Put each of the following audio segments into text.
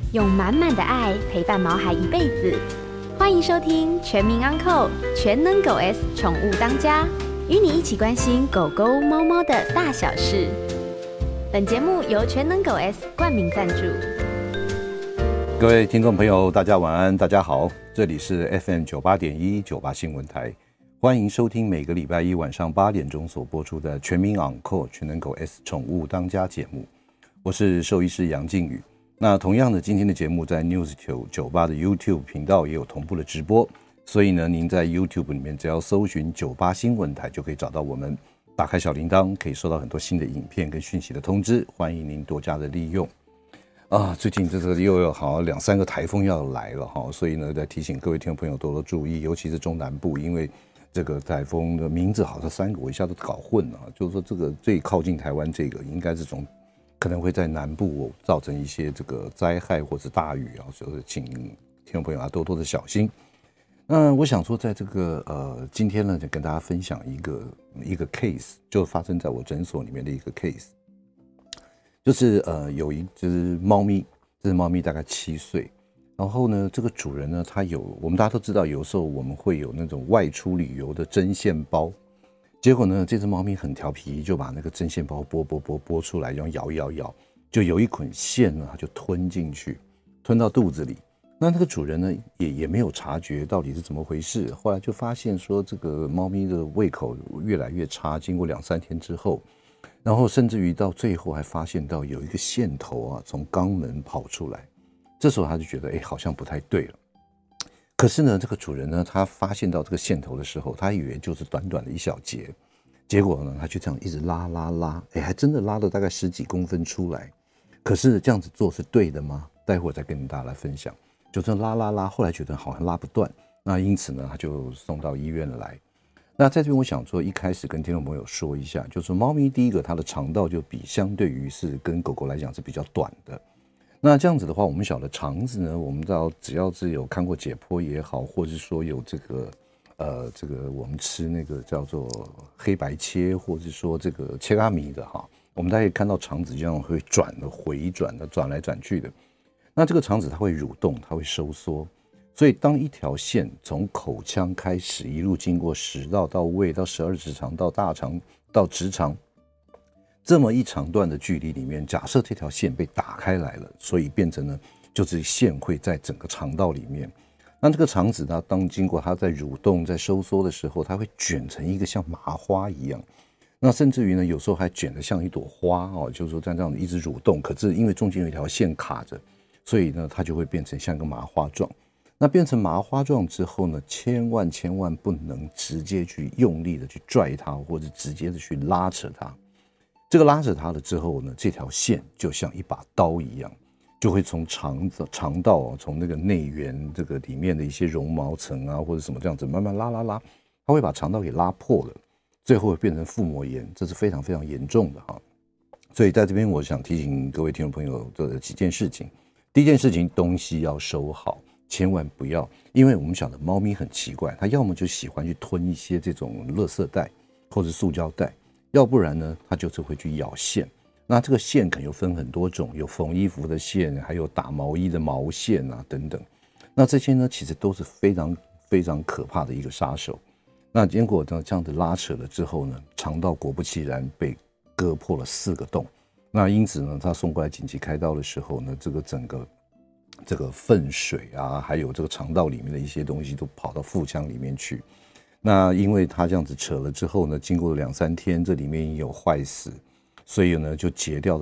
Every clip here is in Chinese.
用满满的爱陪伴毛孩一辈子。欢迎收听全民安扣全能狗 S 宠物当家，与你一起关心狗狗猫猫的大小事。本节目由全能狗 S 冠名赞助。 各位听众朋友，大家晚安，大家好，这里是 FM 98.1 98新闻台，欢迎收听每个礼拜一晚上8点钟所播出的全民昂扣全能狗 S 宠物当家节目，我是兽医师杨靖宇。那同样的，今天的节目在 News98 的 YouTube 频道也有同步的直播，所以呢，您在 YouTube 里面只要搜寻98新闻台就可以找到我们，打开小铃铛可以收到很多新的影片跟讯息的通知，欢迎您多加的利用。最近这个又有好像2-3个台风要来了哈，所以呢，在提醒各位听众朋友多多注意，尤其是中南部，因为这个台风的名字好像3个我一下都搞混了，就是说这个最靠近台湾这个应该是可能会在南部造成一些这个灾害或者大雨啊，所以请听众朋友多多的小心。那我想说，在这个今天呢，就跟大家分享一个 case， 就发生在我诊所里面的一个 case， 就是有一只猫咪，这只猫咪大概7岁，然后呢，这个主人呢，我们大家都知道，有时候我们会有那种外出旅游的针线包。结果呢，这只猫咪很调皮，就把那个针线包剥出来，然后摇，就有一捆线呢，它就吞进去，吞到肚子里。那个主人呢，也没有察觉到底是怎么回事。后来就发现说，这个猫咪的胃口越来越差。经过2-3天之后，然后甚至于到最后还发现到有一个线头啊，从肛门跑出来。这时候他就觉得，好像不太对了。可是呢，这个主人呢，他发现到这个线头的时候，他以为就是短短的一小节，结果呢，他就这样一直拉，还真的拉了大概10几公分出来。可是这样子做是对的吗？待会儿再跟大家来分享。就这样拉，后来觉得好像拉不断，那因此呢，他就送到医院来。那在这边我想说，一开始跟听众朋友说一下，就是猫咪第一个，它的肠道就相对于是跟狗狗来讲是比较短的。那这样子的话，我们晓得肠子呢，我们知道只要是有看过解剖也好，或者是说有这个我们吃那个叫做黑白切，或者是说这个切拉米的哈，我们大家可以看到肠子这样会回转的，转来转去的。那这个肠子它会蠕动，它会收缩，所以当一条线从口腔开始一路经过食道到胃到12指肠到大肠到直肠。这么一长段的距离里面，假设这条线被打开来了，所以变成呢，就是线会在整个肠道里面。那这个肠子呢，当经过它在蠕动、在收缩的时候，它会卷成一个像麻花一样。那甚至于呢，有时候还卷得像一朵花哦，就是说在这样一直蠕动，可是因为中间有一条线卡着，所以呢，它就会变成像一个麻花状。那变成麻花状之后呢，千万不能直接去用力的去拽它，或者直接的去拉扯它。这个拉扯它了之后呢，这条线就像一把刀一样，就会从肠道从那个内缘这个里面的一些绒毛层啊或者什么这样子慢慢拉，它会把肠道给拉破了，最后会变成腹膜炎，这是非常非常严重的哈。所以在这边我想提醒各位听众朋友的几件事情。第一件事情，东西要收好，千万不要，因为我们晓得猫咪很奇怪，它要么就喜欢去吞一些这种垃圾袋或者塑胶袋。要不然呢，它就是会去咬线。那这个线可能有分很多种，有缝衣服的线，还有打毛衣的毛线啊等等。那这些呢，其实都是非常非常可怕的一个杀手。那结果呢，这样子拉扯了之后呢，肠道果不其然被割破了4个洞。那因此呢，他送过来紧急开刀的时候呢，这个整个这个粪水啊，还有这个肠道里面的一些东西都跑到腹腔里面去。那因为他这样子扯了之后呢，经过2-3天，这里面也有坏死，所以呢就截掉了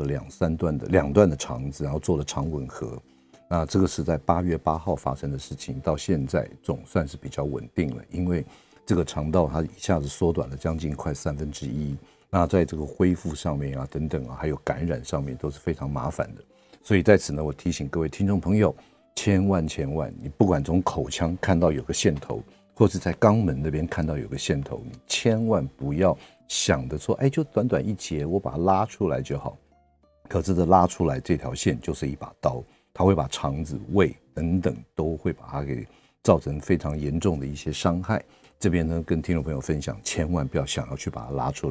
2段的肠子，然后做了肠吻合。那这个是在8月8号发生的事情，到现在总算是比较稳定了，因为这个肠道它一下子缩短了将近快1/3。那在这个恢复上面啊等等啊，还有感染上面都是非常麻烦的。所以在此呢，我提醒各位听众朋友，千万你不管从口腔看到有个线头，或是在肛门那边看到有个线头，你千万不要想着说，就短短一节，我把它拉出来就好。可是这拉出来这条线就是一把刀，它会把肠子、胃等等都会把它给造成非常严重的一些伤害。这边呢，跟听众朋友分享，千万不要想要去把它拉出来，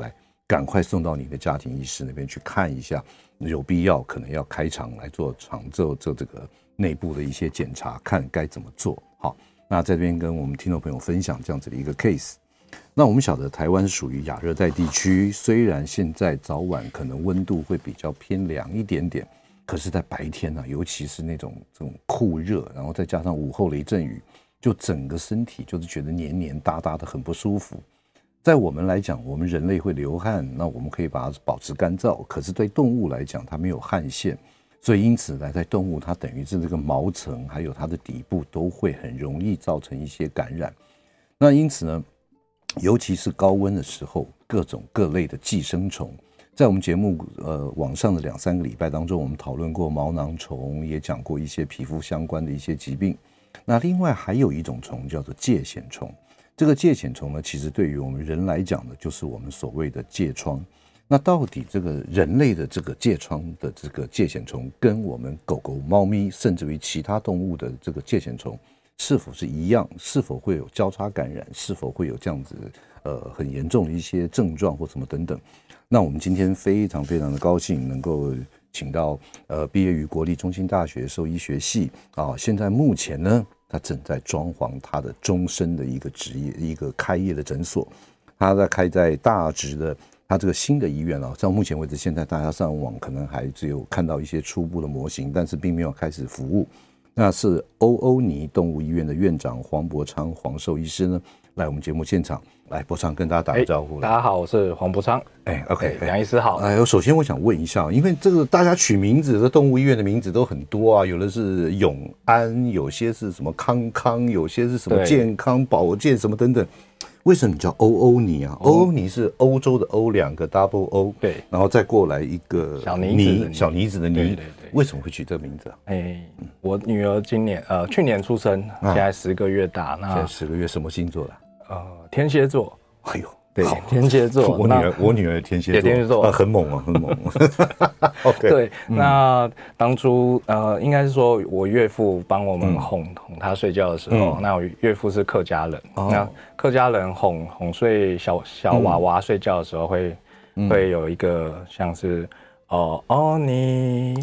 赶快送到你的家庭医师那边去看一下，有必要可能要开肠来做这个内部的一些检查，看该怎么做。好，那在这边跟我们听众朋友分享这样子的一个 case。那我们晓得台湾属于亚热带地区，虽然现在早晚可能温度会比较偏凉一点点，可是在白天呢，尤其是这种酷热，然后再加上午后雷阵雨，就整个身体就是觉得黏黏哒哒的，很不舒服。在我们来讲，我们人类会流汗，那我们可以把它保持干燥，可是对动物来讲，它没有汗腺，所以因此呢，在动物它等于是这个毛层还有它的底部都会很容易造成一些感染。那因此呢，尤其是高温的时候，各种各类的寄生虫，在我们节目往上的2-3个礼拜当中，我们讨论过毛囊虫，也讲过一些皮肤相关的一些疾病。那另外还有一种虫叫做疥藓虫，这个疥藓虫呢，其实对于我们人来讲呢，就是我们所谓的疥疮。那到底这个人类的这个疥疮的这个疥藓虫，跟我们狗狗、猫咪，甚至于其他动物的这个疥藓虫，是否是一样？是否会有交叉感染？是否会有这样子很严重的一些症状或什么等等？那我们今天非常非常的高兴能够请到毕业于国立中兴大学兽医学系现在目前呢，他正在装潢他的终身的一个职业，一个开业的诊所。他在开在大直的他这个新的医院到目前为止，现在大家上网可能还只有看到一些初步的模型，但是并没有开始服务。那是欧尼动物医院的院长黄伯昌黄兽医师呢，来我们节目现场。来，伯昌跟大家打个招呼。 大家好，我是黄伯昌。 OK， 杨医师好。 首先我想问一下，因为这个大家取名字，这动物医院的名字都很多啊，有的是永安，有些是什么康，有些是什么健康保健什么等等。为什么你叫欧尼啊？欧尼是欧洲的欧，2个 double O， 对，然后再过来一个小妮子的妮，对，为什么会取这个名字啊？ 我女儿去年出生，现在10个月大。那现在10个月，什么星座的？ 天蝎座。 哎呦， 对，天蝎座。 我女儿天蝎座，很猛啊，很猛。OK， 对，那当初应该是说我岳父帮我们哄她睡觉的时候，那我岳父是客家人，那客家人哄睡小娃娃睡觉的时候会有一个像是你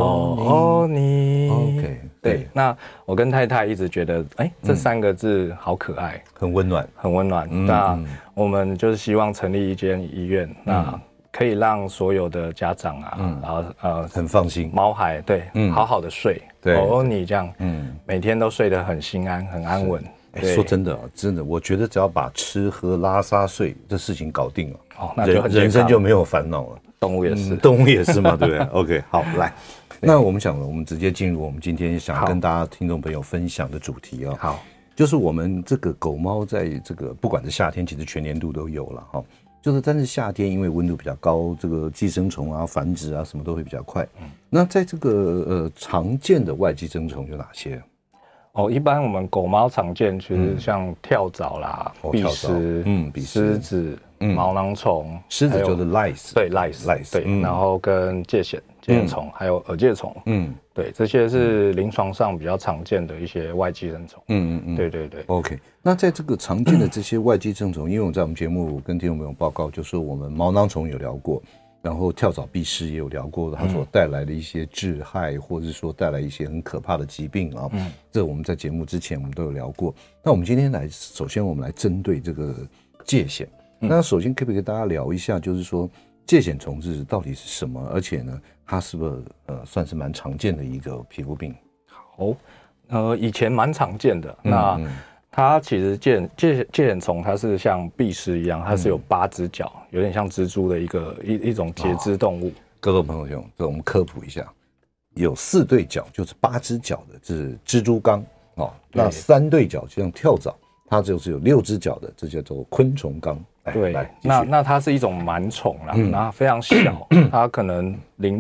，OK， 对。那我跟太太一直觉得，这3个字好可爱， 很温暖，很温暖。 那我们就是希望成立一间医院，那可以让所有的家长然后很放心， 毛孩对，好好的睡，对，你这样，每天都睡得很心安，很安稳。 说真的，我觉得只要把吃喝拉撒睡这事情搞定了， 那就很人生就没有烦恼了。 动物也是， 动物也是嘛，对不对？OK， 好，来，那我们直接进入我们今天想跟大家听众朋友分享的主题啊。 好， 就是我们这个狗猫在这个不管是夏天，其实全年度都有了哈。就是但是夏天因为温度比较高，这个寄生虫啊、繁殖啊什么都会比较快。那在这个常见的外寄生虫有哪些？ 一般我们狗猫常见其实像跳蚤啦、蜱虱、虱子、毛囊虫， 虱子就是 lice， 对 lice， 对，然后跟疥藓虫，还有耳疥虫，对，这些是临床上比较常见的一些外寄生虫。对。 OK， 那在这个常见的这些外寄生虫，因为我在我们节目跟听众朋友报告，就是我们毛囊虫有聊过。然后跳蚤、蜱虱也有聊过它所带来的一些致害，或者说带来一些很可怕的疾病啊。这我们在节目之前我们都有聊过。那我们今天首先我们来针对这个疥藓。那首先可不可以跟大家聊一下，就是说疥藓虫到底是什么？而且呢，它是不是算是蛮常见的一个皮肤病？ 好，以前蛮常见的。那它其实疥藓虫，它是像蜱虱一样，它是有8只脚，有点像蜘蛛的一种节肢动物。 各位朋友，我们科普一下，有4对脚，就是8只脚的，这是蜘蛛纲那3对脚就像跳蚤，它就是有6只脚的，这叫做昆虫纲。 对，那它是一种螨虫啦，然后非常小，它可能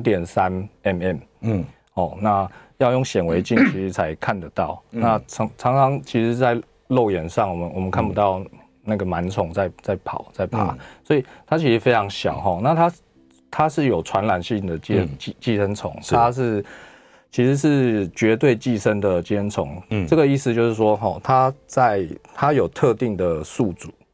0.3 mm。那要用显微镜其实才看得到。那常常其实在肉眼上我们看不到那个螨虫在跑在爬，所以它其实非常小。那它是有传染性的寄生虫，它其实是绝对寄生的寄生虫。这个意思就是说它有特定的宿主，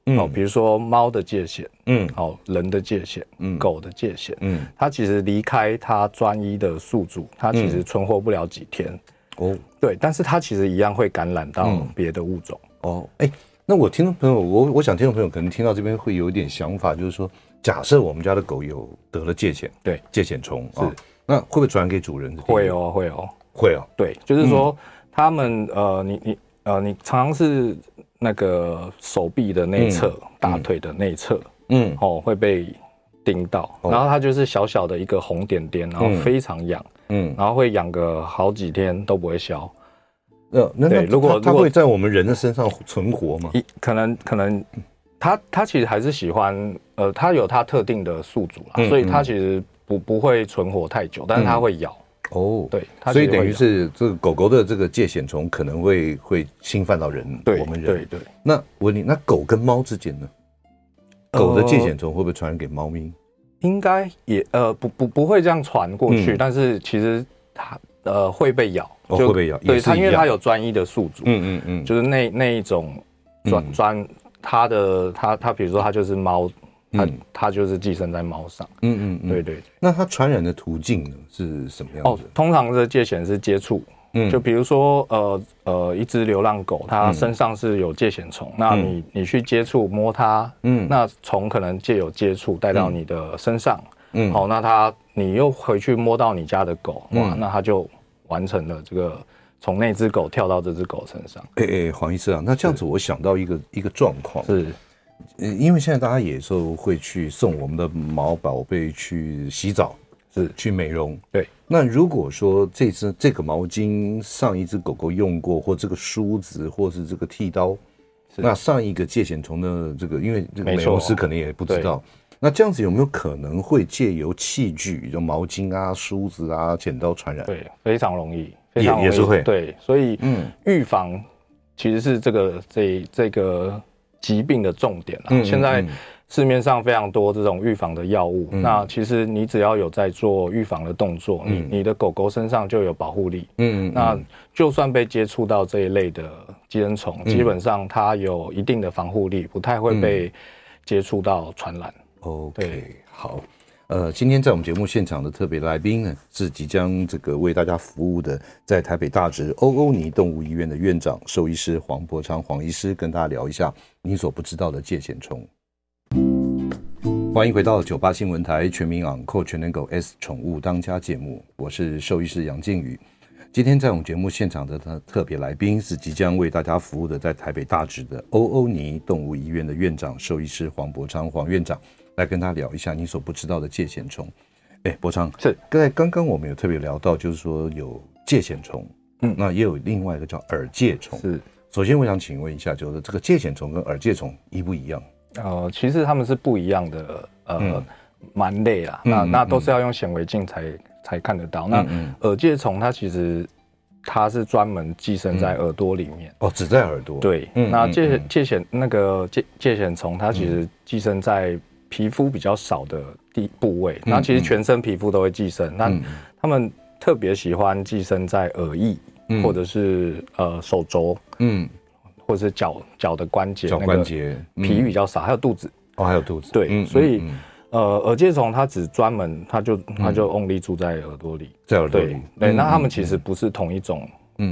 比如说猫的界限，人的界限，狗的界限，它其实离开它专一的宿主，它其实存活不了几天。对，但是它其实一样会感染到别的物种。 那我听众朋友，我想听众朋友可能听到这边会有一点想法，就是说，假设我们家的狗有得了疥癣， 对， 疥癣虫是，那会不会传染给主人？ 会哦。对，就是说他们你常常是那个手臂的内侧、大腿的内侧，会被叮到，然后它就是小小的一个红点点，然后非常痒，然后会痒个好几天都不会消。 那如果它会在我们人的身上存活吗？ 可能它其实还是喜欢，它有它特定的宿主啦，所以它其实不会存活太久，但是它会咬。对， 所以等于是这个狗狗的这个疥癣虫可能会侵犯到人，我们人。对。那我问你，那狗跟猫之间呢？狗的疥癣虫会不会传染给猫咪？ 应该也不会这样传过去，但是其实它会被咬， 会被咬。 对，它因为它有专一的宿主，就是那一种它比如说它就是猫。它就是寄生在猫上，对。 那它传染的途径呢是什么样子？ 通常的疥癣是接触，就比如说一只流浪狗，它身上是有疥癣虫，那你去接触摸它，那虫可能借由接触带到你的身上，那你又回去摸到你家的狗，那它就完成了这个从那只狗跳到这只狗身上。 黄医师啊，那这样子我想到一个状况是。 因为现在大家也说会去送我们的毛宝贝去洗澡，是去美容。 对， 那如果说这个毛巾上一只狗狗用过，或这个梳子，或是这个剃刀，那上一个疥癣虫的这个，因为这个美容师可能也不知道，那这样子有没有可能会借由器具，就毛巾啊、梳子啊、剪刀传染？ 对，非常容易， 也是会。 对，所以预防其实是这个疾病的重点啦。现在市面上非常多这种预防的药物，那其实你只要有在做预防的动作，你的狗狗身上就有保护力。那就算被接触到这一类的寄生虫，基本上它有一定的防护力，不太会被接触到传染。 OK， 好。今天在我们节目现场的特别来宾呢，是即将这个为大家服务的，在台北大直欧欧尼动物医院的院长兽医师黄伯昌黄医师，跟大家聊一下你所不知道的疥癣虫。欢迎回到98新闻台全民昂扣全能狗 S 宠物当家节目，我是兽医师杨靖宇。今天在我们节目现场的特别来宾是即将为大家服务的，在台北大直的欧欧尼动物医院的院长兽医师黄伯昌黄院长，来跟他聊一下你所不知道的疥癣虫。伯昌， 是刚刚我们有特别聊到，就是说有疥癣虫，那也有另外一个叫耳疥虫。 是， 首先我想请问一下，就是这个疥癣虫跟耳疥虫一不一样？ 其实它们是不一样的蛮类啦，那都是要用显微镜才看得到。那耳疥虫它其实它是专门寄生在耳朵里面。 只在耳朵。 对，那疥癣虫它其实寄生在皮肤比较少的部位，那其实全身皮肤都会寄生。那它们特别喜欢寄生在耳翼，或者是手肘，或者是脚的关节，皮比较少，还有肚子。 还有肚子。 对，所以耳疥虫它只专门，它就 only 住在耳朵里， 在耳朵里。 对，那它们其实不是同一种，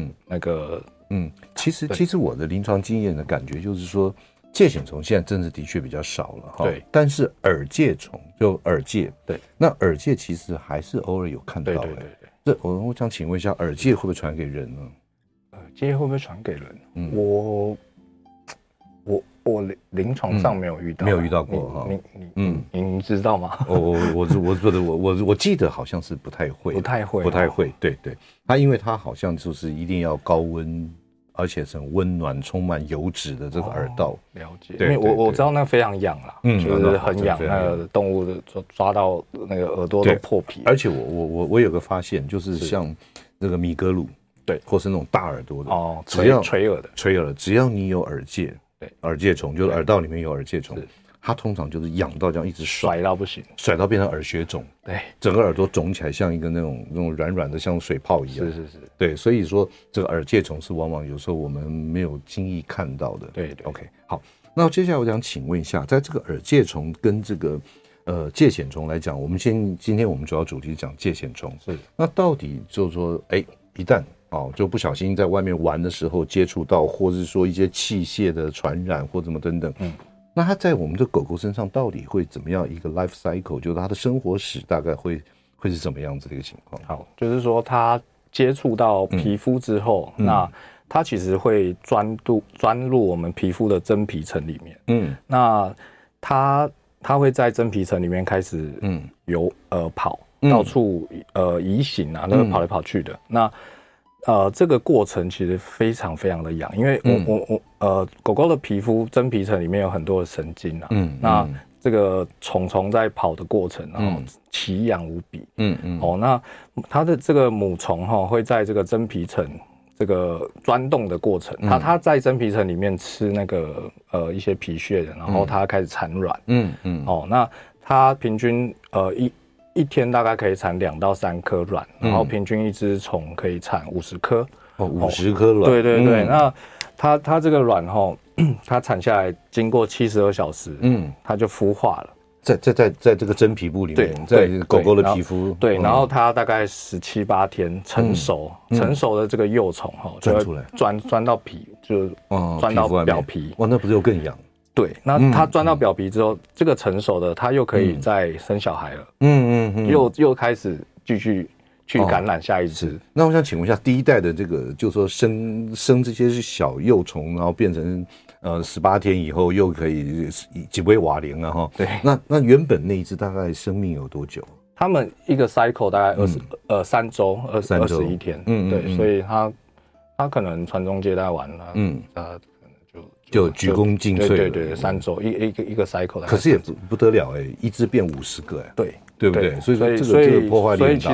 其实我的临床经验的感觉就是说，疥癣虫现在真的的确比较少了哈。对，但是耳疥虫就耳疥，对，那耳疥其实还是偶尔有看到。对，我想请问一下，耳疥会不会传给人呢？ 耳疥会不会传给人？我临床上没有遇到， 过哈。 你知道吗？ 我记得好像是不太会。对，因为它好像就是一定要高温，而且是很温暖、充满油脂的这个耳道。 了解，因为我知道那非常痒啦，就是很痒，那个动物的抓到那个耳朵都破皮。 而且我有个发现，就是像那个米格鲁，对，或是那种大耳朵的只要垂耳的， 只要你有耳疥。对，耳疥虫就是耳道里面有耳疥虫，它通常就是痒到这样一直甩到不行， 甩到变成耳血肿，对，整个耳朵肿起来像一个那种软软的像水泡一样，是，对，所以说这个耳疥虫是往往有时候我们没有轻易看到的， 对 ，OK， 好， 那接下来我想请问一下，在这个耳疥虫跟这个疥癣虫来讲，我们今天我们主要主题讲疥癣虫， 是那到底就是说，一旦就不小心在外面玩的时候接触到，或者是说一些器械的传染或怎么等等，那它在我们的狗狗身上到底会怎么样一个 life cycle， 就是它的生活史大概会是怎么样子的一个情况？ 好，就是说它接触到皮肤之后，那它其实会钻入我们皮肤的真皮层里面，那它会在真皮层里面开始跑，到处移行啊，那个跑来跑去的。那这个过程其实非常非常的痒，因为狗狗的皮肤真皮层里面有很多的神经啊，那这个虫在跑的过程，然后奇痒无比，那它的这个母虫会在这个真皮层这个钻洞的过程，它在真皮层里面吃那个一些皮屑的，然后它开始产卵，那它平均一天大概可以产2到3颗卵，然后平均一只虫可以产50颗 ，50颗卵， 对对对，那它这个卵它产下来经过72小时，它就孵化了。 在这个真皮部里面，在狗狗的皮肤， 对，然后它大概17、8天成熟，成熟的这个幼虫就会钻到皮，就钻到表皮， 哇，那不是又更痒？ 对，那它钻到表皮之后，这个成熟的它又可以再生小孩了，又开始继续去感染下一只。 那我想请问一下，第一代的这个，就是说生这些小幼虫，然后变成18天以后又可以几位瓦零啊哈？ 对， 那原本那一只大概生命有多久？ 他们一个 cycle 大概3周21天，对，所以它可能传宗接代完了， 就鞠躬尽瘁了， 对，3周一个 cycle， 可是也不得了一只变50个对不对？所以说这个破坏力很大。 所以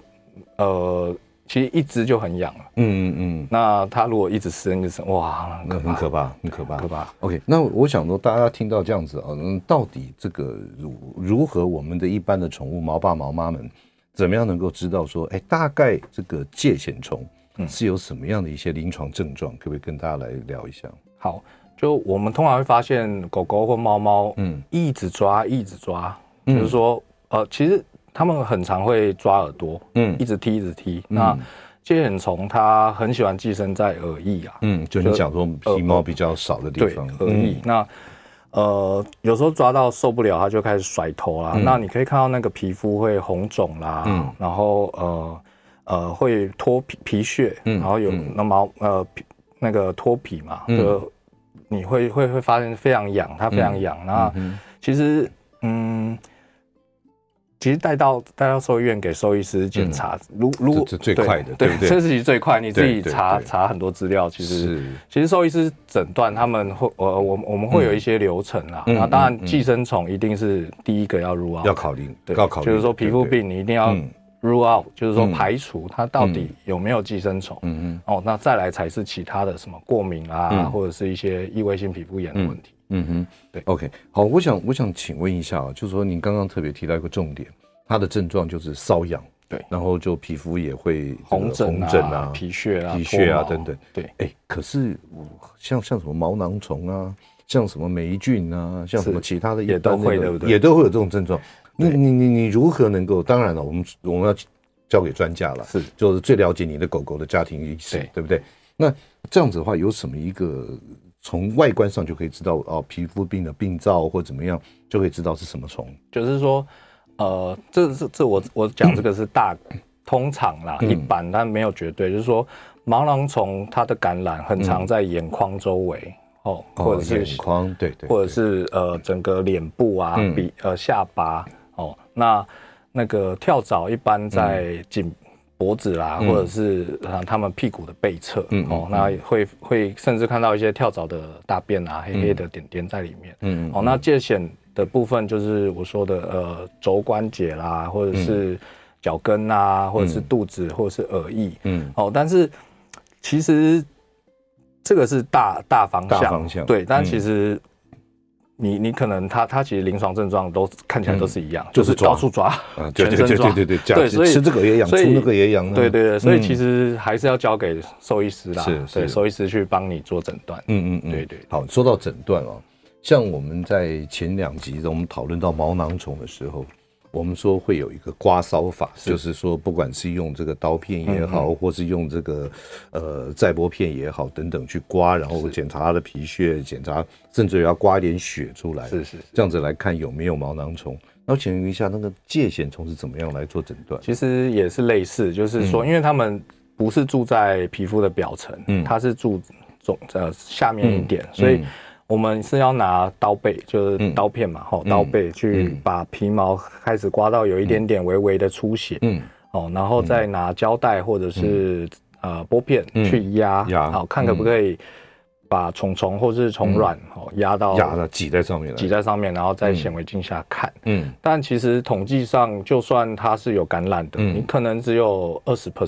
其实一只就很痒了，那它如果一直生，哇， 那很可怕。OK， 那我想说，大家听到这样子到底这个如何我们的一般的宠物毛爸毛妈们怎么样能够知道说，大概这个疥癣虫是有什么样的一些临床症状，可不可以跟大家来聊一下？ 好。就我们通常会发现狗狗或猫猫，一直抓，就是说，其实他们很常会抓耳朵，一直踢。那疥癣虫它很喜欢寄生在耳翼啊， 就你讲说皮毛比较少的地方， 对，耳翼。那有时候抓到受不了，它就开始甩头啦。那你可以看到那个皮肤会红肿啦，然后会脱皮屑，然后有那毛那个脱皮嘛，就你会发现非常痒，它非常痒。那其实带到兽医院给兽医师检查，如果这最快的，对不对？ 这是最快，你自己查很多资料，其实兽医师诊断他们会我们会有一些流程啦。那当然寄生虫一定是第一个要入 out， 要考虑， 就是说皮肤病你一定要rule out， 就是说排除它到底有没有寄生虫，那再来才是其他的什么过敏啊，或者是一些异位性皮肤炎的问题。 对 ，OK， 好，我想请问一下就是说您刚刚特别提到一个重点，它的症状就是瘙痒， 对， 然后就皮肤也会红疹啊、皮屑啊等等， 对， 可是像什么毛囊虫啊，像什么霉菌啊，像什么其他的也都会，对不对？ 也都会有这种症状。你如何能够？当然了，我们要交给专家了，就是最了解你的狗狗的家庭医师，对不对？那这样子的话，有什么一个从外观上就可以知道皮肤病的病灶或怎么样，就可以知道是什么虫？ 就是说，这我讲这个是通常啦，一般但没有绝对，就是说毛囊虫它的感染很常在眼眶周围。或者是眼眶，对， 或者是整个脸部啊，下巴那个跳蚤一般在脖子啦，或者是他们屁股的背侧，那会甚至看到一些跳蚤的大便啊，黑黑的点点在里面，那疥癣的部分就是我说的肘关节啦，或者是脚跟啊，或者是肚子，或者是耳翼，但是其实。这个是大方向，对，但其实你可能它其实临床症状都看起来都是一样，就是到处抓，全身抓， 对，所以吃这个也痒，出那个也痒， 对，所以其实还是要交给兽医师啦，对，兽医师去帮你做诊断，对。 好，说到诊断像我们在前2集我们讨论到毛囊虫的时候，我们说会有一个刮搔法，就是说不管是用这个刀片也好，或是用这个载玻片也好等等去刮，然后检查它的皮屑，检查甚至要刮一点血出来，是这样子来看有没有毛囊虫。然后请问一下，那个疥癣虫是怎么样来做诊断？ 其实也是类似，就是说，因为他们不是住在皮肤的表层，它是住下面一点，所以我们是要拿刀背，就是刀片嘛，刀背去把皮毛开始刮到有一点点微微的出血，然后再拿胶带或者是玻片去压，好看可不可以把虫虫或是虫卵压到挤在上面， 然后在显微镜下看。但其实统计上，就算它是有感染的，你可能只有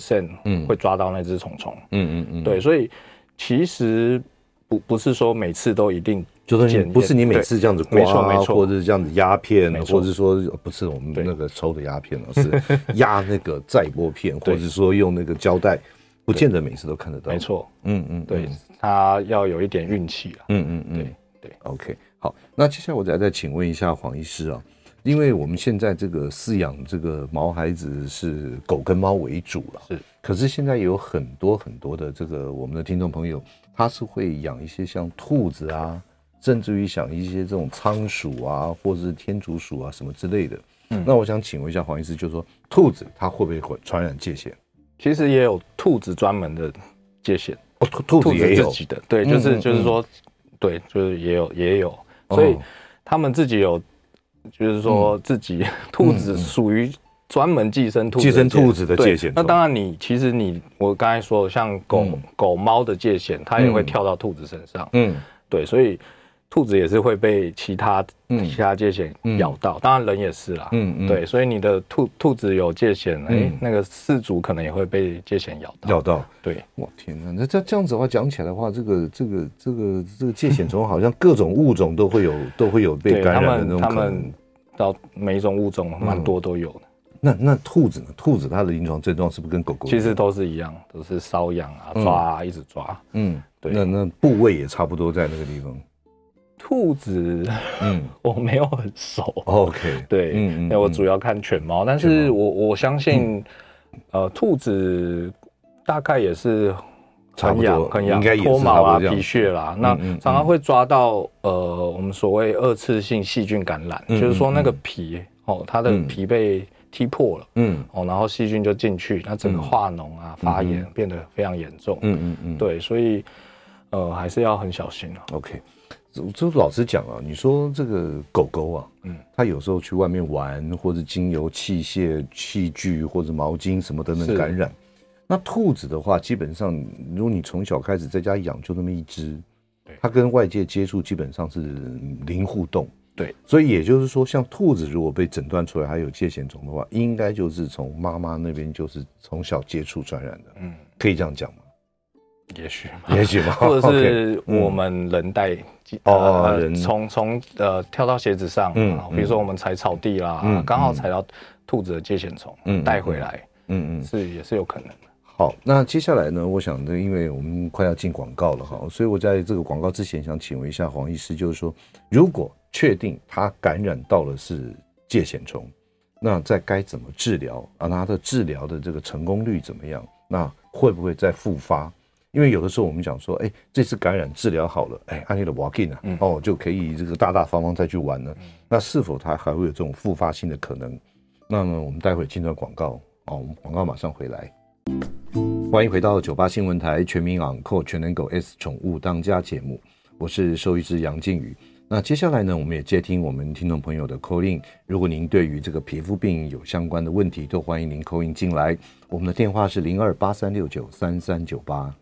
20% 会抓到那只虫虫。对，所以其实不是说每次都一定， 就是不是你每次这样子刮， 没错， 或者是这样子压片，或者是说不是我们那个抽的压片，是压那个载玻片，或者是说用那个胶带，不见得每次都看得到。 没错，对，他要有一点运气啦。对 ，OK， 好，那接下来我再请问一下黄医师啊，因为我们现在这个饲养这个毛孩子是狗跟猫为主了，可是现在有很多的这个我们的听众朋友，他是会养一些像兔子啊，甚至于想一些这种仓鼠啊，或者是天竺鼠啊什么之类的。那我想请问一下黄医师，就是说兔子它会不会传染疥癣？ 其实也有兔子专门的疥癣， 兔子也有自己的，对，就是说，对，就是也有，所以他们自己有，就是说自己兔子属于专门寄生兔子的疥癣。那当然其实我刚才说像狗猫的疥癣，它也会跳到兔子身上，对，所以兔子也是会被其他疥癣咬到，当然人也是啦，对，所以你的兔子有疥癣，那个饲主可能也会被疥癣咬到，对， 哇天哪，那这样子的话讲起来的话，这个疥癣虫好像各种物种都会有被感染的那种可能，他们到每一种物种蛮多都有的。 那兔子呢？兔子它的临床症状是不是跟狗狗其实都是一样，都是瘙痒啊、抓啊，一直抓。 对，那部位也差不多在那个地方。 兔子，我没有很熟。 OK， 对，因为我主要看犬猫，但是我相信，兔子大概也是很痒，脱毛啊、皮屑啦，那常常会抓到我们所谓2次性细菌感染，就是说那个皮它的皮被踢破了，然后细菌就进去，那整个化脓啊、发炎变得非常严重，对，所以还是要很小心啊。 OK。就老实讲啊，你说这个狗狗啊，它有时候去外面玩，或者经由器械、器具或者毛巾什么等等感染。那兔子的话，基本上如果你从小开始在家养，就那么一只，它跟外界接触基本上是零互动。 对， 所以也就是说，像兔子如果被诊断出来还有疥癣虫的话，应该就是从妈妈那边就是从小接触传染的。可以这样讲吗？ 也许嘛， 或者是我们人带从跳到鞋子上，比如说我们踩草地啦，刚好踩到兔子的疥癣虫，带回来，也是有可能的。 好，那接下来呢，我想因为我们快要进广告了哈，所以我在这个广告之前想请问一下黄医师，就是说，如果确定他感染到了是疥癣虫，那再该怎么治疗啊？那他的治疗的这个成功率怎么样？那会不会再复发？因为有的时候我们讲说，这次感染治疗好了，按你的 walk in 啊，就可以这个大大方方再去玩了。那是否它还会有这种复发性的可能？那么我们待会进段广告，我们广告马上回来。欢迎回到98新闻台全民昂扣全能狗 S 宠物当家节目，我是兽医师杨靖宇。那接下来呢，我们也接听我们听众朋友的 call in， 如果您对于这个皮肤病有相关的问题，都欢迎您 call in 进来。我们的电话是0283693398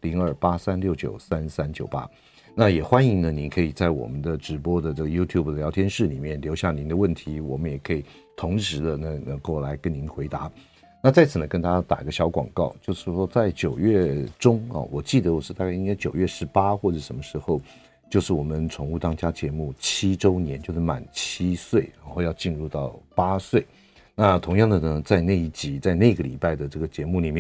0283693398。那也欢迎呢，您可以在我们的直播的这个 YouTube 的聊天室里面留下您的问题，我们也可以同时的呢能够来跟您回答。那在此呢，跟大家打一个小广告，就是说在9月中我记得我是大概应该9月18或者什么时候，就是我们宠物当家节目7周年，就是满7岁，然后要进入到8岁。那同样的呢，在那一集，在那个礼拜的这个节目里面，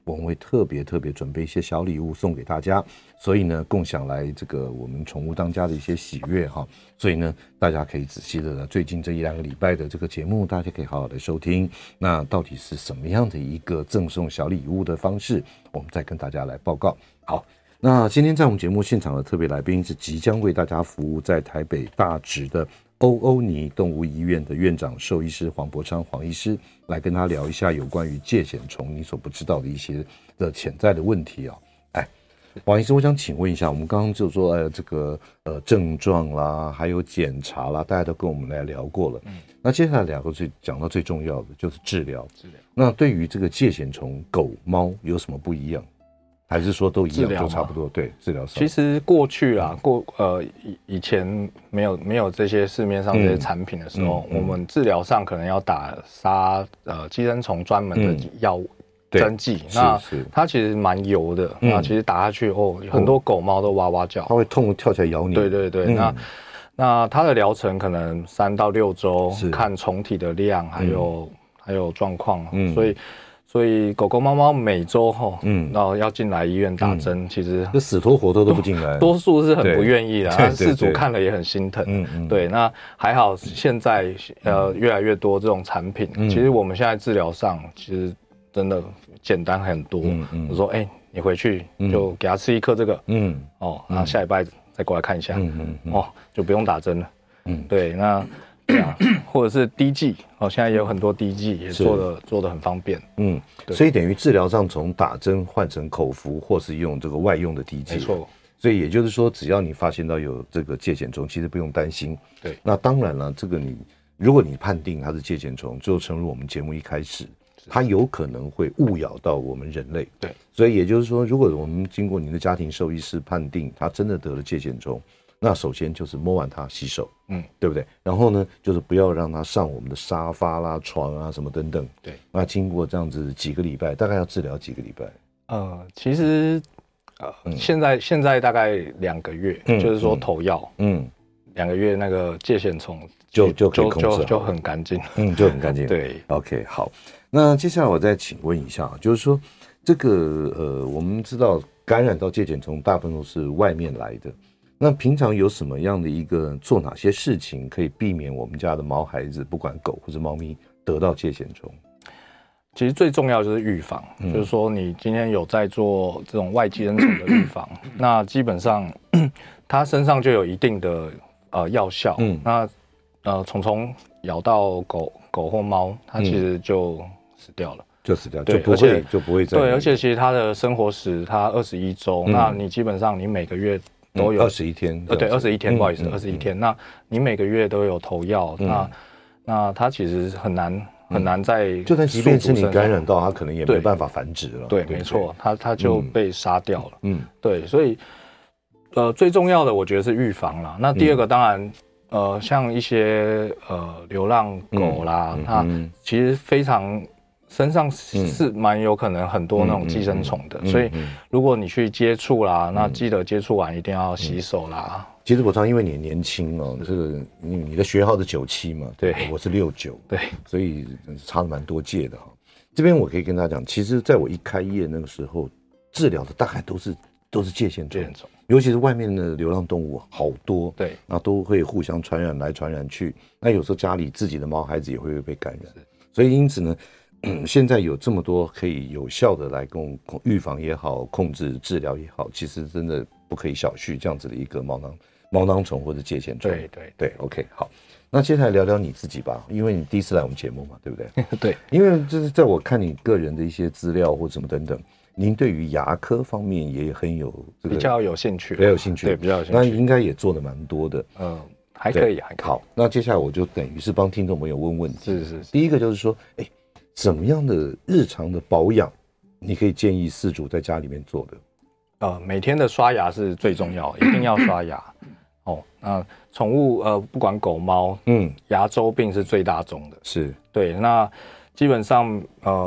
我们会特别准备一些小礼物送给大家，所以呢，共享来这个我们宠物当家的一些喜悦哈。所以呢，大家可以仔细的最近这1-2个礼拜的这个节目，大家可以好好的收听。那到底是什么样的一个赠送小礼物的方式，我们再跟大家来报告。好，那今天在我们节目现场的特别来宾是即将为大家服务在台北大直的欧尼动物医院的院长兽医师黄伯昌黄医师，来跟他聊一下有关于疥癣虫你所不知道的一些的潜在的问题啊。黄医师，我想请问一下，我们刚刚就说这个症状啦，还有检查啦，大家都跟我们来聊过了。那接下来讲到最重要的就是治疗。那对于这个疥癣虫，狗猫有什么不一样？还是说都一样，都差不多？对，治疗上。 其实过去啦，以前没有这些市面上这些产品的时候，我们治疗上可能要打杀寄生虫专门的药物。针剂，那它其实蛮油的，那其实打下去很多狗猫都哇哇叫， 它会痛跳起来咬你。 对，那它的疗程可能3到6周，看虫体的量还有状况，所以狗狗猫猫每周然后要进来医院打针，其实就死拖活拖都不进来， 多数是很不愿意的，那饲主看了也很心疼。对，那还好现在越来越多这种产品，其实我们现在治疗上其实真的简单很多。我说你回去就给他吃1颗这个，然后下礼拜再过来看一下，就不用打针了。对，那或者是滴剂，现在也有很多滴剂也做得很方便。 所以等于治疗上从打针换成口服，或是用这个外用的滴剂。 没错。 所以也就是说，只要你发现到有这个疥癣虫，其实不用担心。 对。 那当然了，这个如果你判定它是疥癣虫，就诚如我们节目一开始，它有可能会误咬到我们人类。 对。 所以也就是说，如果我们经过您的家庭兽医师判定它真的得了疥癣虫，那首先就是摸完它洗手，对不对？然后呢，就是不要让它上我们的沙发啦、床啊什么等等。 对。 那经过这样子几个礼拜，大概要治疗几个礼拜？ 其实现在大概2个月，就是说投药，2个月那个疥癣虫就可以控制好， 就很干净， 就很干净。 对 ，OK， 好。那接下来我再请问一下，就是说这个我们知道感染到疥癣虫大部分都是外面来的。那平常有什么样的做哪些事情可以避免我们家的毛孩子，不管狗或者猫咪得到疥癣虫？ 其实最重要就是预防，就是说你今天有在做这种外寄生虫的预防，那基本上它身上就有一定的药效。那虫咬到狗或猫，它其实就死掉了。就不会再。 对，而且其实它的生活时它21周，那你基本上你每个月都有 21天， 对，21天，不好意思，21天。那你每个月都有投药，那它其实很难在， 就算即便是你感染到，它可能也没办法繁殖了。 对，没错，它就被杀掉了。对，所以最重要的我觉得是预防啦。那第二个当然像一些流浪狗啦，它其实非常。身上是蛮有可能很多那种寄生虫的，所以如果你去接触啦，那记得接触完一定要洗手啦。 其实我常因为你年轻这个你的学号是97嘛， 对， 我是69， 对， 所以差了蛮多届的哈。这边我可以跟大家讲，其实在我一开业那个时候，治疗的大概都是疥癣虫，尤其是外面的流浪动物好多， 对， 那都会互相传染来传染去，那有时候家里自己的毛孩子也会被感染，所以因此呢。现在有这么多可以有效的来预防也好，控制治疗也好，其实真的不可以小觑这样子的一个毛囊虫或者疥癣虫。对 ，OK， 好。那接下来聊聊你自己吧，因为你第一次来我们节目嘛，对不对？ 对， 因为就是在我看你个人的一些资料或什么等等，您对于牙科方面也很有比较有兴趣， 比较有兴趣， 对，比较有兴趣。 那应该也做的蛮多的， 还可以，还可以。 好，那接下来我就等于是帮听众朋友问问题。 是。 第一个就是说，怎么样的日常的保养，你可以建议饲主在家里面做的？ 每天的刷牙是最重要，一定要刷牙。那宠物不管狗猫，牙周病是最大宗的。 是， 对。那基本上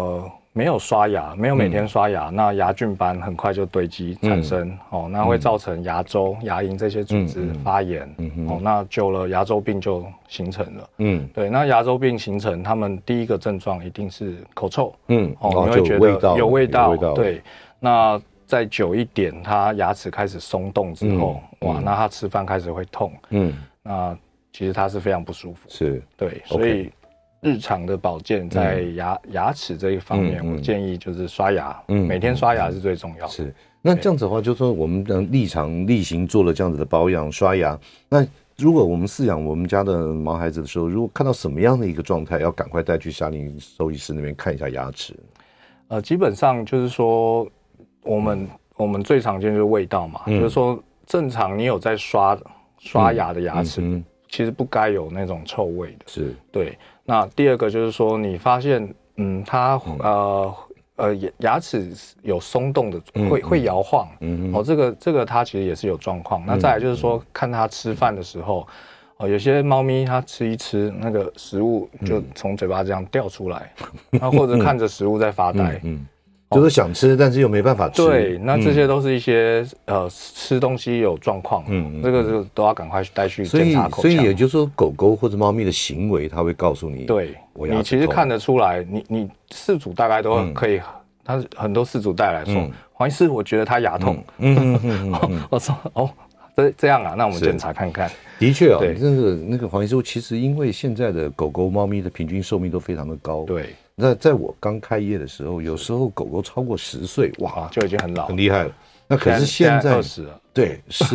没有刷牙，没有每天刷牙，那牙菌斑很快就堆积产生，那会造成牙周、牙龈这些组织发炎，那久了牙周病就形成了。对，那牙周病形成，他们第一个症状一定是口臭，你会觉得有味道，对，那再久一点，他牙齿开始松动之后，那他吃饭开始会痛，那其实他是非常不舒服， 是， 对，所以日常的保健在牙齿这一方面，我建议就是刷牙，每天刷牙是最重要的。 是，那这样子的话，就是说我们例行做了这样子的保养、刷牙，那如果我们饲养我们家的毛孩子的时候，如果看到什么样的一个状态，要赶快带去夏令兽医师那边看一下牙齿。 基本上就是说，我们最常见就是味道嘛，就是说正常你有在刷牙的牙齿，其实不该有那种臭味的。 是，对。 那第二个就是说，你发现它牙齿有松动的，会摇晃，这个它其实也是有状况。那再来就是说，看它吃饭的时候，有些猫咪它吃一吃那个食物就从嘴巴这样掉出来，那或者看着食物在发呆。 就是想吃，但是又没办法吃。 对，那这些都是一些吃东西有状况，这个都要赶快带去检查口腔。 所以也就是说，狗狗或者猫咪的行为，它会告诉你。 对，你其实看得出来，你饲主大概都可以。他很多饲主带来说，黄医师，我觉得他牙痛。我说这样啊，那我们检查看看。 的确那个黄医师，其实因为现在的狗狗、猫咪的平均寿命都非常的高。 对。 那在我刚开业的时候，有时候狗狗超过10岁，哇， 就已经很老， 很厉害了。那可是现在 20了， 对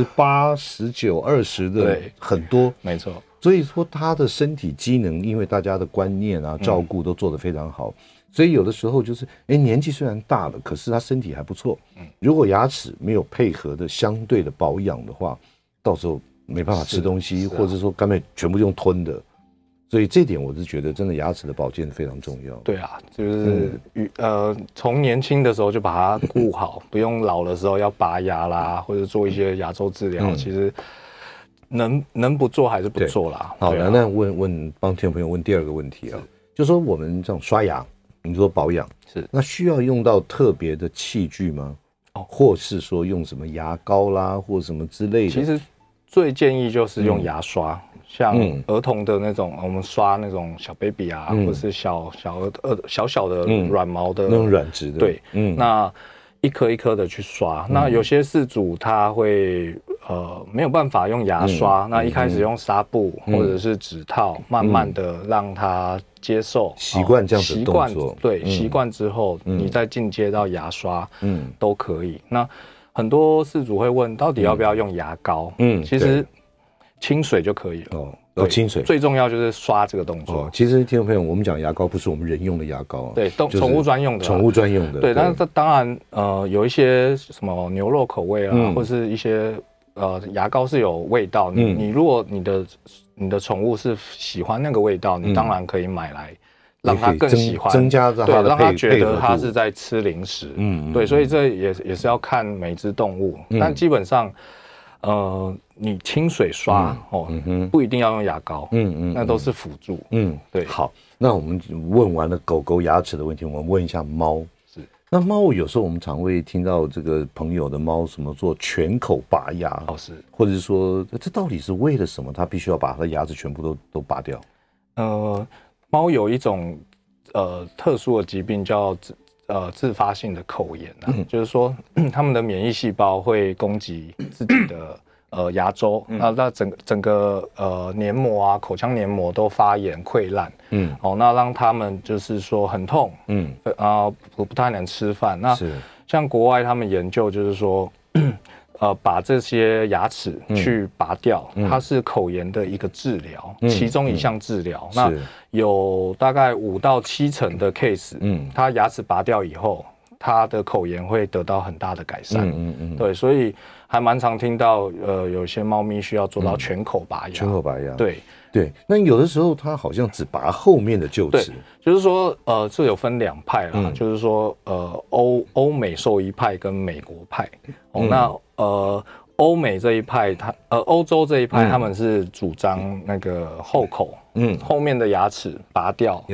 ，18、19、20的很多， 没错。 所以说它的身体机能，因为大家的观念啊、照顾都做得非常好，所以有的时候就是年纪虽然大了，可是它身体还不错。如果牙齿没有配合的相对的保养的话，到时候没办法吃东西，或者说干脆全部用吞的。所以这点我是觉得真的牙齿的保健非常重要。 对啊，就是从年轻的时候就把它顾好，不用老的时候要拔牙啦，或者做一些牙周治疗。其实能不做还是不做啦。 好的，那帮听众朋友问第二个问题啊，就是说我们这种刷牙，你说保养是那需要用到特别的器具吗？或是说用什么牙膏啦，或什么之类的？ 其实最建议就是用牙刷。像儿童的那种，我们刷那种小 baby 啊，或者是小的软毛的那种软质的， 对，那一颗一颗的去刷。那有些饲主他会没有办法用牙刷，那一开始用纱布或者是指套，慢慢的让他接受习惯这样子的动作， 对，习惯之后，你再进阶到牙刷，都可以。那很多饲主会问，到底要不要用牙膏？其实清水就可以了。 清水最重要就是刷这个动作。 其实听众朋友，我们讲牙膏不是我们人用的牙膏， 对，宠物专用的。 宠物专用的。 对，但是当然有一些什么牛肉口味啊，或是一些牙膏是有味道。你如果你的宠物是喜欢那个味道，你当然可以买来让它更喜欢， 增加它的让它觉得它是在吃零食。对，所以这也是要看每只动物，但基本上你清水刷不一定要用牙膏，那都是辅助。对。 好，那我们问完了狗狗牙齿的问题，我们问一下猫。 是。 那猫有时候我们常会听到这个朋友的猫什么做全口拔牙， 是， 或者是说这到底是为了什么？它必须要把它的牙齿全部都拔掉？ 猫有一种特殊的疾病叫自发性的口炎就是说它们的免疫细胞会攻击自己的牙周，那整个黏膜啊，口腔黏膜都发炎溃烂，那让他们就是说很痛，不太能吃饭。那像国外他们研究就是说，把这些牙齿去拔掉，它是口炎的一个治疗，其中一项治疗。那有大概5到7成的 case，它牙齿拔掉以后，它的口炎会得到很大的改善。对，所以还蛮常听到有些猫咪需要做到全口拔牙。 全口拔牙， 对， 那有的时候它好像只拔后面的臼齿。 就是说这有分2派啦，就是说欧美兽医派跟美国派。那欧美这一派，欧洲这一派，他们是主张那个后口，后面的牙齿拔掉，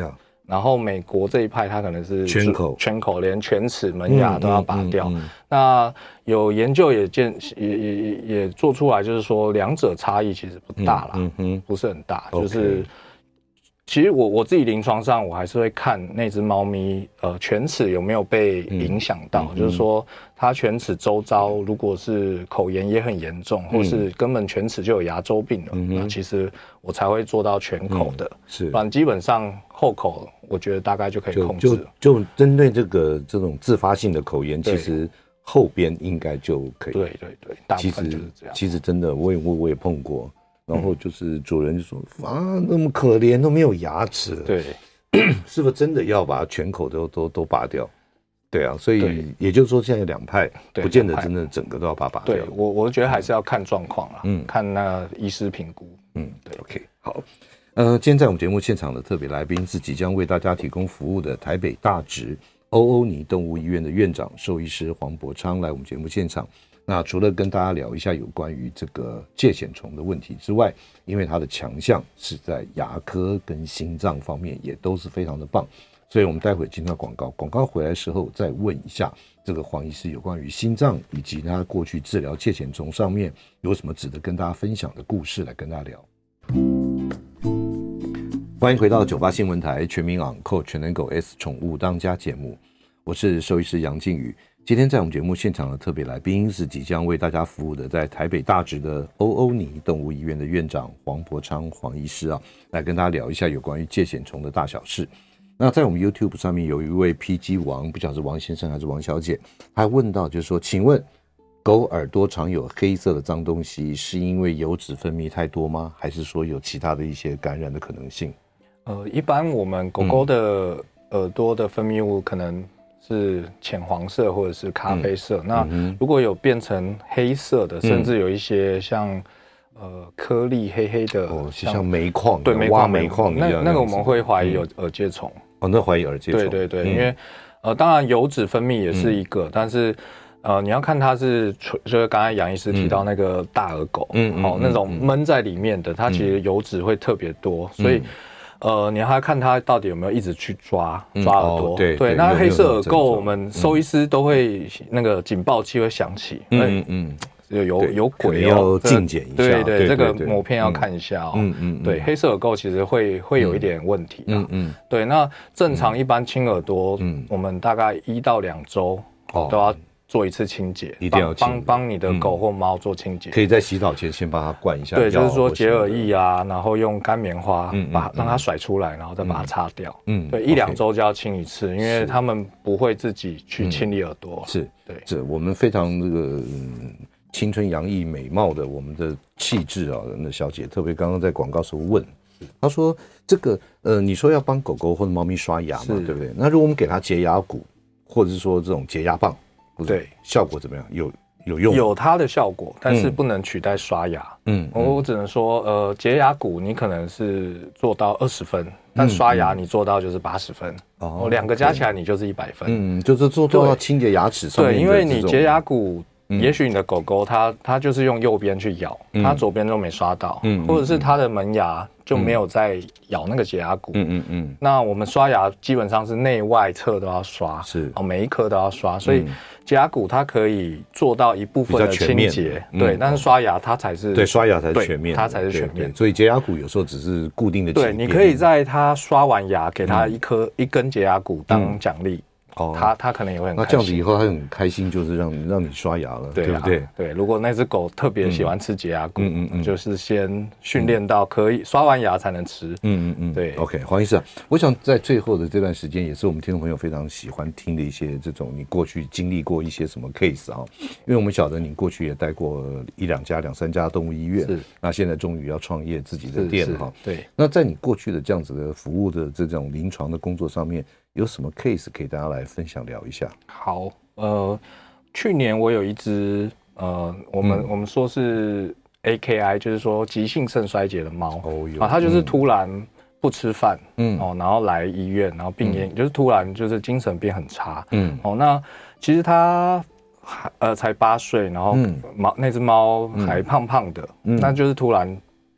然后美国这一派它可能是全口连犬齿门牙都要拔掉。那有研究也做出来，就是说两者差异其实不大啦，不是很大，就是其实我自己临床上我还是会看那只猫咪犬齿有没有被影响到，就是说它犬齿周遭如果是口炎也很严重，或是根本犬齿就有牙周病了，那其实我才会做到全口的， 是， 不然基本上后口我觉得大概就可以控制了。 就针对这种自发性的口炎，其实后边应该就可以。对， 大部分就是这样。 其实真的我也碰过。然后就是主人就说啊，那么可怜，都没有牙齿了， 对， 是不是真的要把全口都拔掉？对啊，所以也就是说，现在有两派，不见得真的整个都要把它拔掉。 对，我觉得还是要看状况啦，看那医师评估。 对 ，OK， 好。今天在我们节目现场的特别来宾是即将为大家提供服务的台北大直欧欧尼动物医院的院长兽医师黄伯昌来我们节目现场。那除了跟大家聊一下有关于这个疥藓虫的问题之外，因为它的强项是在牙科跟心脏方面也都是非常的棒，所以我们待会进到广告回来的时候再问一下这个黄医师有关于心脏以及他过去治疗疥藓虫上面有什么值得跟大家分享的故事来跟大家聊。欢迎回到98新闻台全民昂扣全能狗 S 宠物当家节目，我是兽医师杨靖宇。今天在我们节目现场的特别来宾是即将为大家服务的在台北大直的欧欧尼动物医院的院长黄伯昌黄医师啊，来跟大家聊一下有关于疥藓虫的大小事。那在我们 YouTube 上面有一位 PG 王，不晓得是王先生还是王小姐，还问到就是说，请问狗耳朵常有黑色的脏东西，是因为油脂分泌太多吗？还是说有其他的一些感染的可能性？ 一般我们狗狗的耳朵的分泌物可能是浅黄色或者是咖啡色，那如果有变成黑色的，甚至有一些像颗粒黑黑的， 像煤矿， 对， 挖煤矿一样， 那个我们会怀疑有耳疥虫。 那怀疑耳疥虫， 对，因为当然油脂分泌也是一个，但是你要看它是就是刚才杨医师提到那个大耳狗，那种闷在里面的，它其实油脂会特别多，所以你还要看它到底有没有一直去抓耳朵。对，那黑色耳垢，我们兽医师都会那个警报器会响起，有鬼要镜检一下。 对，这个膜片要看一下哦。对，黑色耳垢其实会有一点问题的。对，那正常一般清耳朵，我们大概1到2周都要做一次清洁， 一定要帮你的狗或猫做清洁。 可以在洗澡前先帮它灌一下药， 对，就是说洁耳液啊，然后用干棉花让它甩出来，然后再把它擦掉。对，1、2周就要清一次，因为他们不会自己去清理耳朵。 是，对，这我们非常这个青春洋溢美貌的我们的气质啊，那小姐特别刚刚在广告时候问，她说这个你说要帮狗狗或者猫咪刷牙嘛，对不对？那如果我们给它洁牙骨，或者是说这种洁牙棒，对，效果怎么样？有用？有它的效果，但是不能取代刷牙。我只能说，洁牙骨你可能是做到20分，但刷牙你做到就是80分。2个加起来你就是100分。就是做到清洁牙齿上面。 对，因为你洁牙骨。也许你的狗狗它就是用右边去咬，它左边都没刷到，或者是它的门牙就没有在咬那个洁牙骨。那我们刷牙基本上是内外侧都要刷，是每一颗都要刷，所以洁牙骨它可以做到一部分的清洁，对，但是刷牙它才是对，刷牙才是全面， 它才是全面。 所以洁牙骨有时候只是固定的， 对，你可以在它刷完牙给它一根洁牙骨当奖励。他可能也会很开心。 那这样子以后他很开心，就是让你刷牙了，对不对？ 对，如果那只狗特别喜欢吃洁牙骨，就是先训练到可以刷完牙才能吃。对。 OK， 黄医师啊，我想在最后的这段时间，也是我们听众朋友非常喜欢听的一些这种你过去经历过一些什么 case 啊？因为我们晓得你过去也待过1、2家、2、3家动物医院，是。那现在终于要创业自己的店哈。 对。 那在你过去的这样子的服务的这种临床的工作上面，有什么 case 可以大家来分享聊一下？ 好，去年我有一只我们说是 AKI， 就是说急性肾衰竭的猫，它就是突然不吃饭，然后来医院，然后病因就是突然就是精神变很差，那其实它才8岁，然后那只猫还胖胖的，那就是突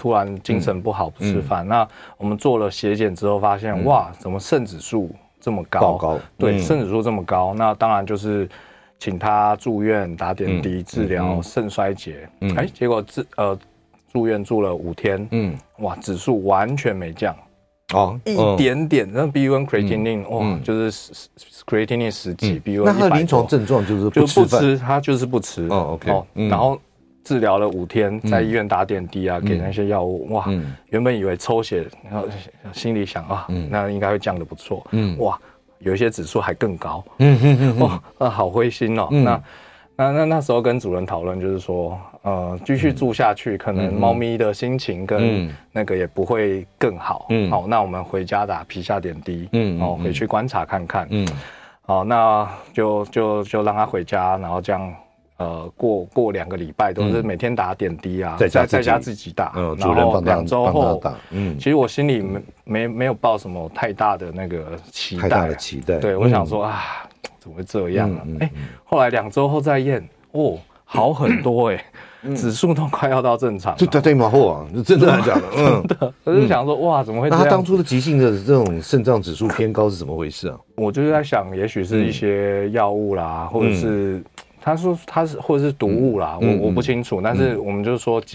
突然精神不好不吃饭。那我们做了血检之后发现，哇，怎么肾指数这么高？ 爆高， 对，肾指数这么高，那当然就是请他住院打点滴治疗肾衰竭。结果住院住了5天，哇，指数完全没降。一点点，那 BUN creatinine 哇，就是 creatinine 10几，BUN 100多。 那他的临床症状就是不吃， 他就是不吃。 OK， 然后治疗了5天，在医院打点滴啊，给那些药物，哇，原本以为抽血，然后心里想啊，那应该会降得不错，哇，有一些指数还更高，哇，好灰心哦，那时候跟主任讨论，就是说，继续住下去，可能猫咪的心情跟那个也不会更好。好，那我们回家打皮下点滴，回去观察看看。好，那就让他回家，然后这样，过2个礼拜都是每天打点滴啊，在家自己打，然后2周后，其实我心里没有抱什么太大的那个期待，对，我想说啊。怎么会这样啊？后来2周后再验，好很多指数都快要到正常了。 对嘛，真的假的？ 真的，我就想说，哇，怎么会这样？ 那他当初的急性的这种肾脏指数偏高是怎么回事啊？ 我就是在想，也许是一些药物啦，或者是他说他是或者是毒物啦，我不清楚。但是我们就是说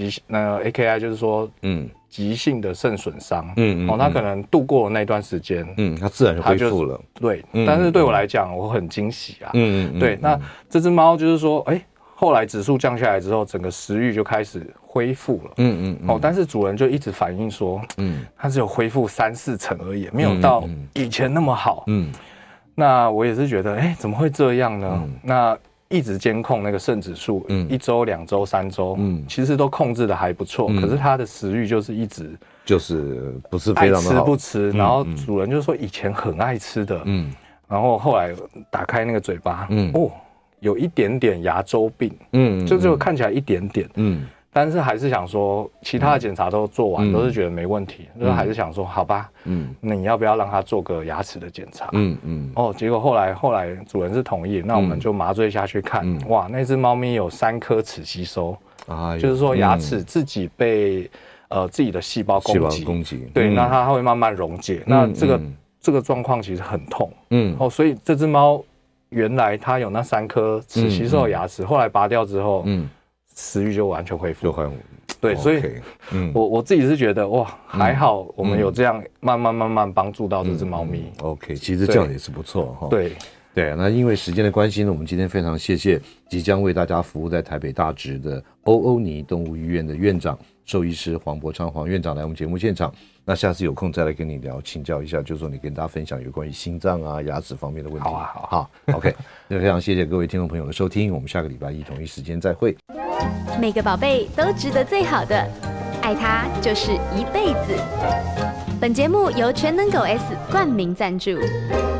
AKI 就是说，急性的肾损伤，他可能度过了那段时间， 他自然就恢复了。 对，但是对我来讲，我很惊喜啊。对，那这只猫就是说，后来指数降下来之后，整个食欲就开始恢复了。但是主人就一直反映说，它只有恢复3-4成而已，没有到以前那么好。那我也是觉得，怎么会这样呢？那一直监控那个肾指数，1周、2周、3周，其实都控制的还不错。可是它的食欲就是一直就是不是非常的好， 爱吃不吃。然后主人就说以前很爱吃的，然后后来打开那个嘴巴，有一点点牙周病，就看起来一点点，但是还是想说，其他的检查都做完，都是觉得没问题，就是还是想说，好吧，那你要不要让他做个牙齿的检查？结果后来主人是同意，那我们就麻醉下去看，哇，那只猫咪有3颗齿吸收，就是说牙齿自己被自己的细胞攻击，对，那它会慢慢溶解，那这个状况其实很痛，所以这只猫原来它有那3颗齿吸收的牙齿，后来拔掉之后，食欲就完全恢复，对，所以我自己是觉得哇，还好我们有这样慢慢帮助到这只猫咪。 OK， 其实这样也是不错哈。对，那因为时间的关系呢，我们今天非常谢谢即将为大家服务在台北大直的欧欧尼动物医院的院长兽医师黄伯昌黄院长来我们节目现场。那下次有空再来跟你聊，请教一下，就是说你跟大家分享有关于心脏啊、牙齿方面的问题。好 ，OK， 那非常谢谢各位听众朋友的收听，我们下个礼拜一同一时间再会。 每个宝贝都值得最好的，爱它就是一辈子。本节目由全能狗 S 冠名赞助。